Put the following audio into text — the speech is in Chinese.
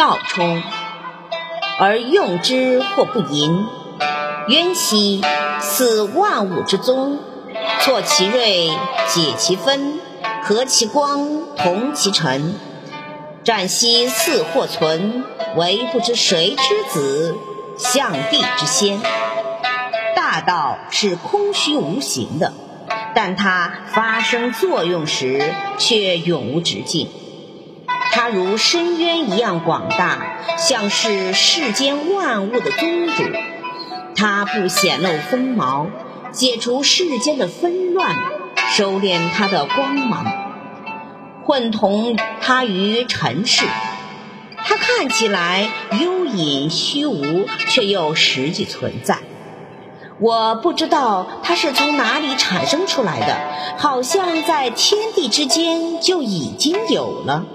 道冲，而用之或不盈。渊兮，似万物之宗，错其锐，解其分，和其光，同其尘。湛兮似或存，唯不知谁之子，象帝之先。大道是空虚无形的，但它发生作用时却永无止境。它如深渊一样广大，像是世间万物的宗主。它不显露分毛，解除世间的纷乱，收敛它的光芒，混同它于尘世。它看起来幽隐虚无，却又实际存在。我不知道它是从哪里产生出来的，好像在天地之间就已经有了。